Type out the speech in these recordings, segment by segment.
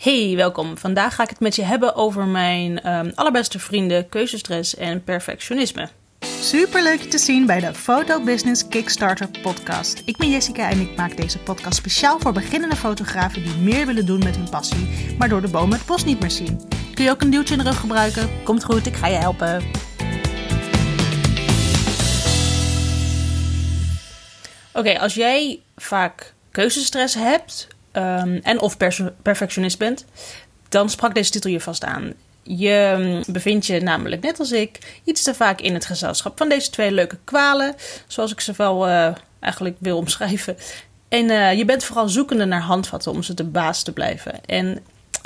Hey, welkom. Vandaag ga ik het met je hebben over mijn allerbeste vrienden, keuzestress en perfectionisme. Super leuk je te zien bij de Photo Business Kickstarter podcast. Ik ben Jessica en ik maak deze podcast speciaal voor beginnende fotografen die meer willen doen met hun passie, maar door de bomen het bos niet meer zien. Kun je ook een duwtje in de rug gebruiken? Komt goed, ik ga je helpen. Oké, als jij vaak keuzestress hebt en of perfectionist bent, dan sprak deze titel je vast aan. Je bevindt je namelijk, net als ik, iets te vaak in het gezelschap van deze twee leuke kwalen, zoals ik ze wel eigenlijk wil omschrijven. En je bent vooral zoekende naar handvatten om ze de baas te blijven. En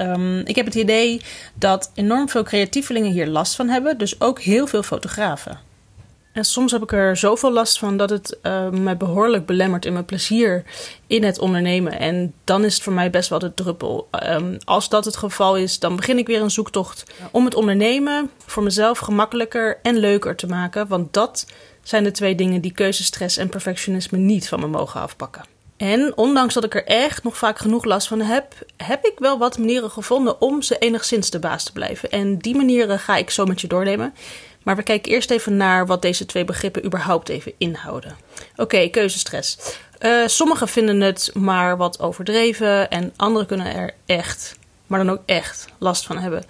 ik heb het idee dat enorm veel creatievelingen hier last van hebben, dus ook heel veel fotografen. En soms heb ik er zoveel last van dat het me behoorlijk belemmert in mijn plezier in het ondernemen. En dan is het voor mij best wel de druppel. Als dat het geval is, dan begin ik weer een zoektocht om het ondernemen voor mezelf gemakkelijker en leuker te maken. Want dat zijn de twee dingen die keuzestress en perfectionisme niet van me mogen afpakken. En ondanks dat ik er echt nog vaak genoeg last van heb ik wel wat manieren gevonden om ze enigszins de baas te blijven. En die manieren ga ik zo met je doornemen. Maar we kijken eerst even naar wat deze twee begrippen überhaupt even inhouden. Oké, keuzestress. Sommigen vinden het maar wat overdreven en anderen kunnen er echt, maar dan ook echt, last van hebben.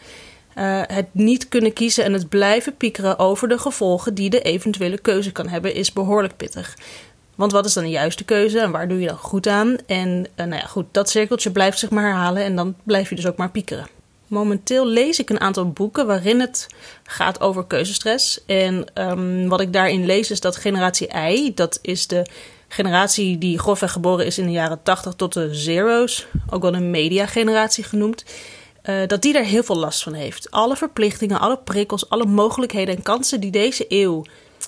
Het niet kunnen kiezen en het blijven piekeren over de gevolgen die de eventuele keuze kan hebben is behoorlijk pittig. Want wat is dan de juiste keuze en waar doe je dan goed aan? En dat cirkeltje blijft zich maar herhalen en dan blijf je dus ook maar piekeren. Momenteel lees ik een aantal boeken waarin het gaat over keuzestress. En wat ik daarin lees is dat generatie I, dat is de generatie die grofweg geboren is in de jaren 80 tot de zero's, ook wel een mediageneratie genoemd, dat die daar heel veel last van heeft. Alle verplichtingen, alle prikkels, alle mogelijkheden en kansen die deze eeuw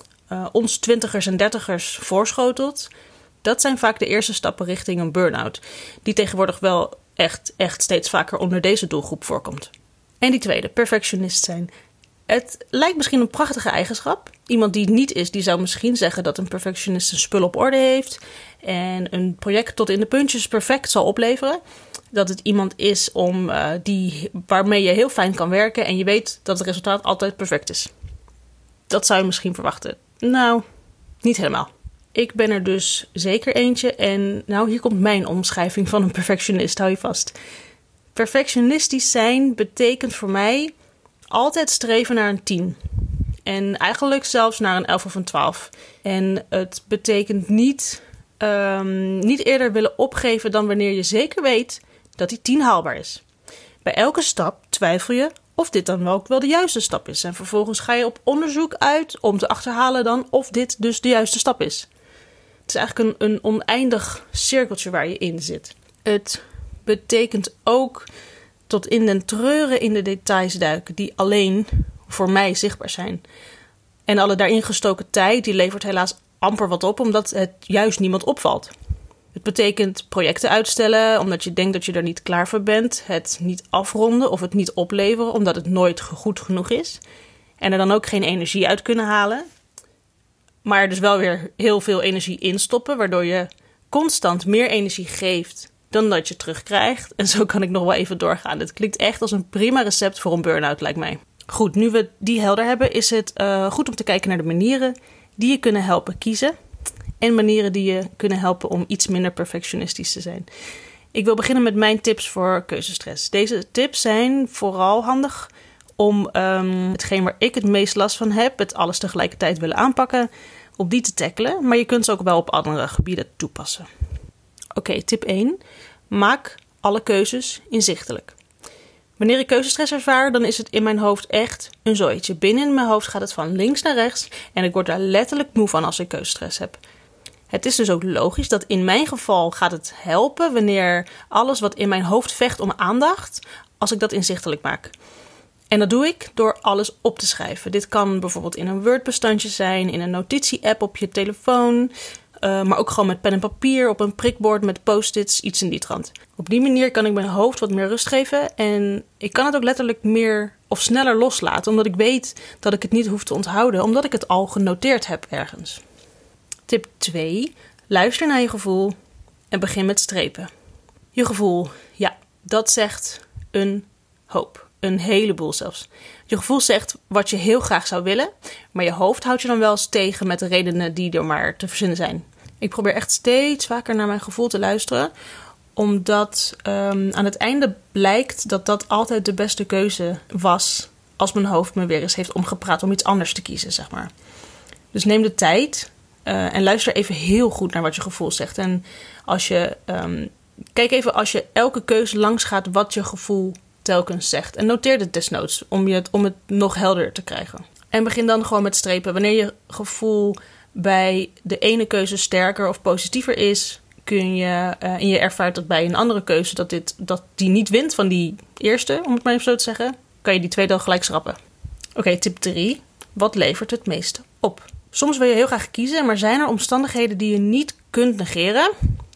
ons 20ers en 30ers voorschotelt, dat zijn vaak de eerste stappen richting een burn-out, die tegenwoordig wel echt steeds vaker onder deze doelgroep voorkomt. En die tweede, perfectionist zijn. Het lijkt misschien een prachtige eigenschap. Iemand die het niet is, die zou misschien zeggen dat een perfectionist zijn spul op orde heeft en een project tot in de puntjes perfect zal opleveren. Dat het iemand is waarmee je heel fijn kan werken en je weet dat het resultaat altijd perfect is. Dat zou je misschien verwachten. Nou, niet helemaal. Ik ben er dus zeker eentje en hier komt mijn omschrijving van een perfectionist, hou je vast. Perfectionistisch zijn betekent voor mij altijd streven naar een 10. En eigenlijk zelfs naar een 11 of een 12. En het betekent niet eerder willen opgeven dan wanneer je zeker weet dat die 10 haalbaar is. Bij elke stap twijfel je of dit dan ook wel de juiste stap is. En vervolgens ga je op onderzoek uit om te achterhalen dan of dit dus de juiste stap is. Het is eigenlijk een oneindig cirkeltje waar je in zit. Het betekent ook tot in den treuren in de details duiken die alleen voor mij zichtbaar zijn. En alle daarin gestoken tijd die levert helaas amper wat op omdat het juist niemand opvalt. Het betekent projecten uitstellen omdat je denkt dat je er niet klaar voor bent. Het niet afronden of het niet opleveren omdat het nooit goed genoeg is. En er dan ook geen energie uit kunnen halen. Maar er dus wel weer heel veel energie instoppen, waardoor je constant meer energie geeft dan dat je terugkrijgt. En zo kan ik nog wel even doorgaan. Het klinkt echt als een prima recept voor een burn-out, lijkt mij. Goed, nu we die helder hebben, is het goed om te kijken naar de manieren die je kunnen helpen kiezen. En manieren die je kunnen helpen om iets minder perfectionistisch te zijn. Ik wil beginnen met mijn tips voor keuzestress. Deze tips zijn vooral handig om hetgeen waar ik het meest last van heb, het alles tegelijkertijd willen aanpakken, op die te tackelen. Maar je kunt ze ook wel op andere gebieden toepassen. Oké, tip 1. Maak alle keuzes inzichtelijk. Wanneer ik keuzestress ervaar, dan is het in mijn hoofd echt een zooitje. Binnen in mijn hoofd gaat het van links naar rechts en ik word daar letterlijk moe van als ik keuzestress heb. Het is dus ook logisch dat in mijn geval gaat het helpen wanneer alles wat in mijn hoofd vecht om aandacht, als ik dat inzichtelijk maak. En dat doe ik door alles op te schrijven. Dit kan bijvoorbeeld in een Word-bestandje zijn, in een notitie-app op je telefoon, maar ook gewoon met pen en papier, op een prikbord met post-its, iets in die trant. Op die manier kan ik mijn hoofd wat meer rust geven en ik kan het ook letterlijk meer of sneller loslaten, omdat ik weet dat ik het niet hoef te onthouden, omdat ik het al genoteerd heb ergens. Tip 2. Luister naar je gevoel en begin met strepen. Je gevoel, ja, dat zegt een hoop. Een heleboel zelfs. Je gevoel zegt wat je heel graag zou willen, maar je hoofd houdt je dan wel eens tegen met de redenen die er maar te verzinnen zijn. Ik probeer echt steeds vaker naar mijn gevoel te luisteren, omdat aan het einde blijkt dat dat altijd de beste keuze was als mijn hoofd me weer eens heeft omgepraat om iets anders te kiezen, zeg maar. Dus neem de tijd en luister even heel goed naar wat je gevoel zegt. En kijk even als je elke keuze langs gaat wat je gevoel telkens zegt. En noteer het desnoods om het nog helderder te krijgen. En begin dan gewoon met strepen. Wanneer je gevoel bij de ene keuze sterker of positiever is, kun je, en je ervaart dat bij een andere keuze dat die niet wint van die eerste, om het maar even zo te zeggen, kan je die tweede al gelijk schrappen. Oké, tip 3. Wat levert het meeste op? Soms wil je heel graag kiezen, maar zijn er omstandigheden die je niet kunt negeren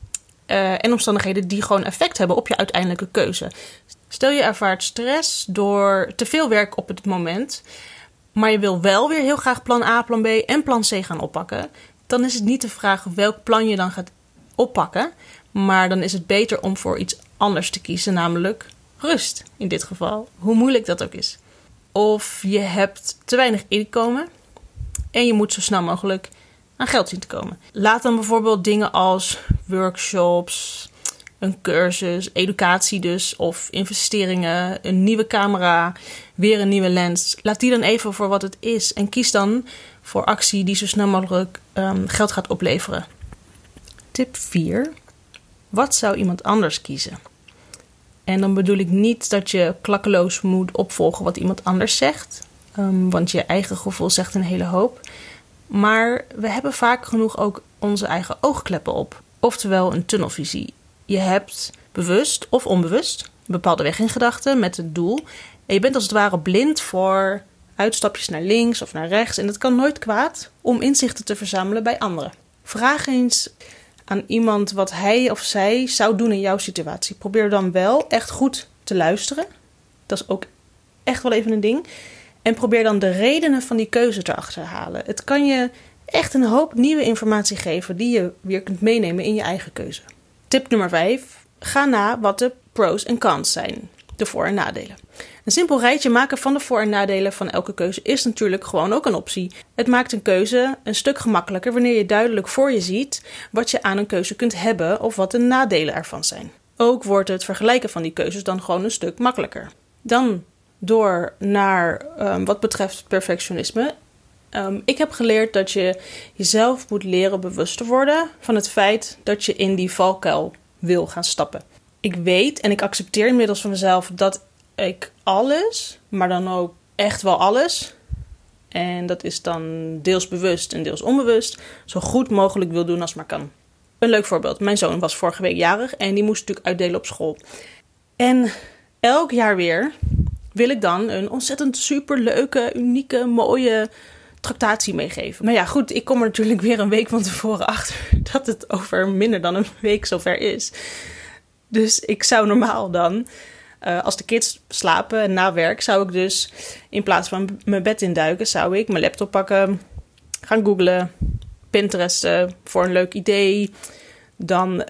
en omstandigheden die gewoon effect hebben op je uiteindelijke keuze. Stel je ervaart stress door te veel werk op het moment, maar je wil wel weer heel graag plan A, plan B en plan C gaan oppakken. Dan is het niet de vraag welk plan je dan gaat oppakken, maar dan is het beter om voor iets anders te kiezen, namelijk rust in dit geval. Hoe moeilijk dat ook is. Of je hebt te weinig inkomen en je moet zo snel mogelijk aan geld zien te komen. Laat dan bijvoorbeeld dingen als workshops, een cursus, educatie dus, of investeringen, een nieuwe camera, weer een nieuwe lens. Laat die dan even voor wat het is en kies dan voor actie die zo snel mogelijk geld gaat opleveren. Tip 4. Wat zou iemand anders kiezen? En dan bedoel ik niet dat je klakkeloos moet opvolgen wat iemand anders zegt, want je eigen gevoel zegt een hele hoop. Maar we hebben vaak genoeg ook onze eigen oogkleppen op, oftewel een tunnelvisie. Je hebt bewust of onbewust een bepaalde weg in gedachten met het doel. En je bent als het ware blind voor uitstapjes naar links of naar rechts. En het kan nooit kwaad om inzichten te verzamelen bij anderen. Vraag eens aan iemand wat hij of zij zou doen in jouw situatie. Probeer dan wel echt goed te luisteren. Dat is ook echt wel even een ding. En probeer dan de redenen van die keuze te achterhalen. Het kan je echt een hoop nieuwe informatie geven die je weer kunt meenemen in je eigen keuze. Tip nummer 5. Ga na wat de pros en cons zijn. De voor- en nadelen. Een simpel rijtje maken van de voor- en nadelen van elke keuze is natuurlijk gewoon ook een optie. Het maakt een keuze een stuk gemakkelijker wanneer je duidelijk voor je ziet wat je aan een keuze kunt hebben of wat de nadelen ervan zijn. Ook wordt het vergelijken van die keuzes dan gewoon een stuk makkelijker. Dan door naar wat betreft perfectionisme. Ik heb geleerd dat je jezelf moet leren bewust te worden van het feit dat je in die valkuil wil gaan stappen. Ik weet en ik accepteer inmiddels van mezelf dat ik alles, maar dan ook echt wel alles, en dat is dan deels bewust en deels onbewust, zo goed mogelijk wil doen als maar kan. Een leuk voorbeeld. Mijn zoon was vorige week jarig en die moest natuurlijk uitdelen op school. En elk jaar weer wil ik dan een ontzettend superleuke, unieke, mooie tractatie meegeven. Maar ja, goed, ik kom er natuurlijk weer een week van tevoren achter dat het over minder dan een week zover is. Dus ik zou normaal dan, als de kids slapen en na werk, zou ik dus in plaats van mijn bed induiken, zou ik mijn laptop pakken, gaan googlen, Pinteresten voor een leuk idee. Dan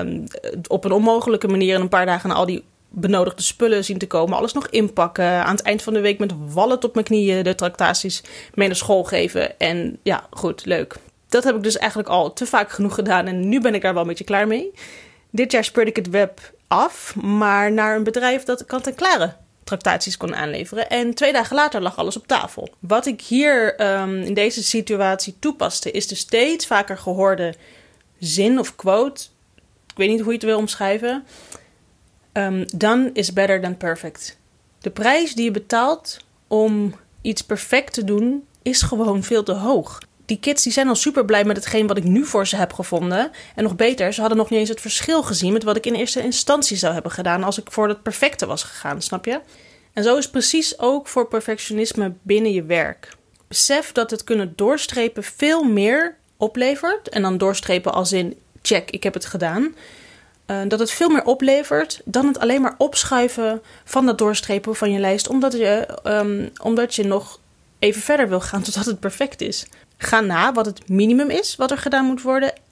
op een onmogelijke manier in een paar dagen al die benodigde spullen zien te komen. Alles nog inpakken. Aan het eind van de week met wallet op mijn knieën de tractaties mee naar school geven. En ja, goed, leuk. Dat heb ik dus eigenlijk al te vaak genoeg gedaan. En nu ben ik daar wel een beetje klaar mee. Dit jaar speurde ik het web af. Maar naar een bedrijf dat kant-en-klare tractaties kon aanleveren. En 2 dagen later lag alles op tafel. Wat ik hier in deze situatie toepaste is de steeds vaker gehoorde zin of quote. Ik weet niet hoe je het wil omschrijven. Done is better than perfect. De prijs die je betaalt om iets perfect te doen is gewoon veel te hoog. Die kids die zijn al super blij met hetgeen wat ik nu voor ze heb gevonden. En nog beter, ze hadden nog niet eens het verschil gezien met wat ik in eerste instantie zou hebben gedaan als ik voor het perfecte was gegaan, snap je? En zo is het precies ook voor perfectionisme binnen je werk. Besef dat het kunnen doorstrepen veel meer oplevert. En dan doorstrepen als in check, ik heb het gedaan. Dat het veel meer oplevert dan het alleen maar opschuiven van dat doorstrepen van je lijst. Omdat je nog even verder wil gaan totdat het perfect is. Ga na wat het minimum is wat er gedaan moet worden.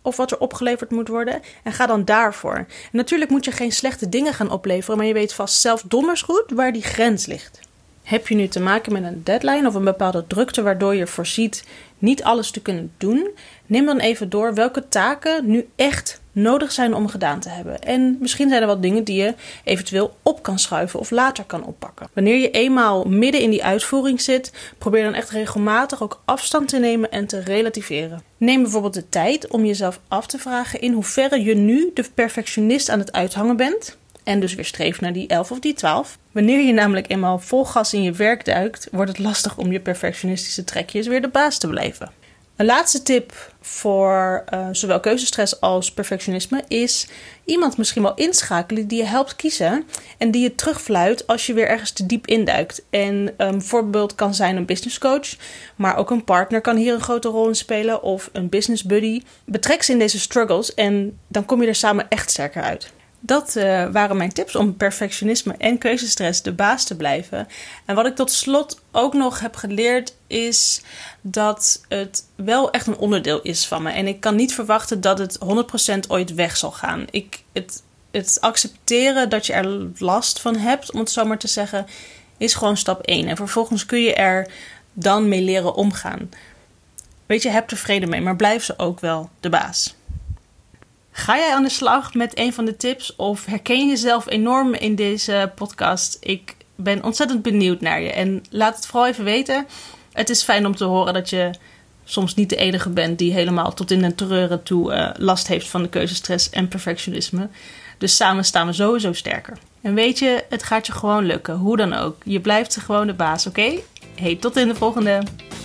of wat er opgeleverd moet worden en ga dan daarvoor. En natuurlijk moet je geen slechte dingen gaan opleveren, maar je weet vast zelf donders goed waar die grens ligt. Heb je nu te maken met een deadline of een bepaalde drukte waardoor je voorziet niet alles te kunnen doen? Neem dan even door welke taken nu echt nodig zijn om gedaan te hebben. En misschien zijn er wat dingen die je eventueel op kan schuiven of later kan oppakken. Wanneer je eenmaal midden in die uitvoering zit, probeer dan echt regelmatig ook afstand te nemen en te relativeren. Neem bijvoorbeeld de tijd om jezelf af te vragen in hoeverre je nu de perfectionist aan het uithangen bent. En dus weer streeft naar die 11 of die 12. Wanneer je namelijk eenmaal vol gas in je werk duikt, wordt het lastig om je perfectionistische trekjes weer de baas te blijven. Een laatste tip voor zowel keuzestress als perfectionisme is iemand misschien wel inschakelen die je helpt kiezen en die je terugfluit als je weer ergens te diep induikt. En een voorbeeld kan zijn een business coach, maar ook een partner kan hier een grote rol in spelen of een business buddy. Betrek ze in deze struggles en dan kom je er samen echt sterker uit. Dat waren mijn tips om perfectionisme en keuzestress de baas te blijven. En wat ik tot slot ook nog heb geleerd is dat het wel echt een onderdeel is van me. En ik kan niet verwachten dat het 100% ooit weg zal gaan. Het accepteren dat je er last van hebt, om het zo maar te zeggen, is gewoon stap 1. En vervolgens kun je er dan mee leren omgaan. Weet je, heb er vrede mee, maar blijf ze ook wel de baas. Ga jij aan de slag met een van de tips of herken je jezelf enorm in deze podcast? Ik ben ontzettend benieuwd naar je en laat het vooral even weten. Het is fijn om te horen dat je soms niet de enige bent die helemaal tot in de treuren toe last heeft van de keuzestress en perfectionisme. Dus samen staan we sowieso sterker. En weet je, het gaat je gewoon lukken, hoe dan ook. Je blijft gewoon de baas, oké? Hey, tot in de volgende.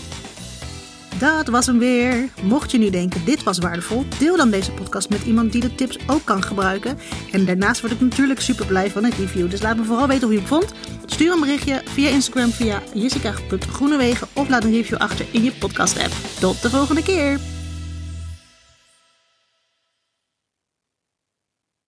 Dat was hem weer. Mocht je nu denken, dit was waardevol, deel dan deze podcast met iemand die de tips ook kan gebruiken. En daarnaast word ik natuurlijk super blij van een review. Dus laat me vooral weten hoe je het vond. Stuur een berichtje via Instagram via jessica.groenewegen of laat een review achter in je podcast app. Tot de volgende keer.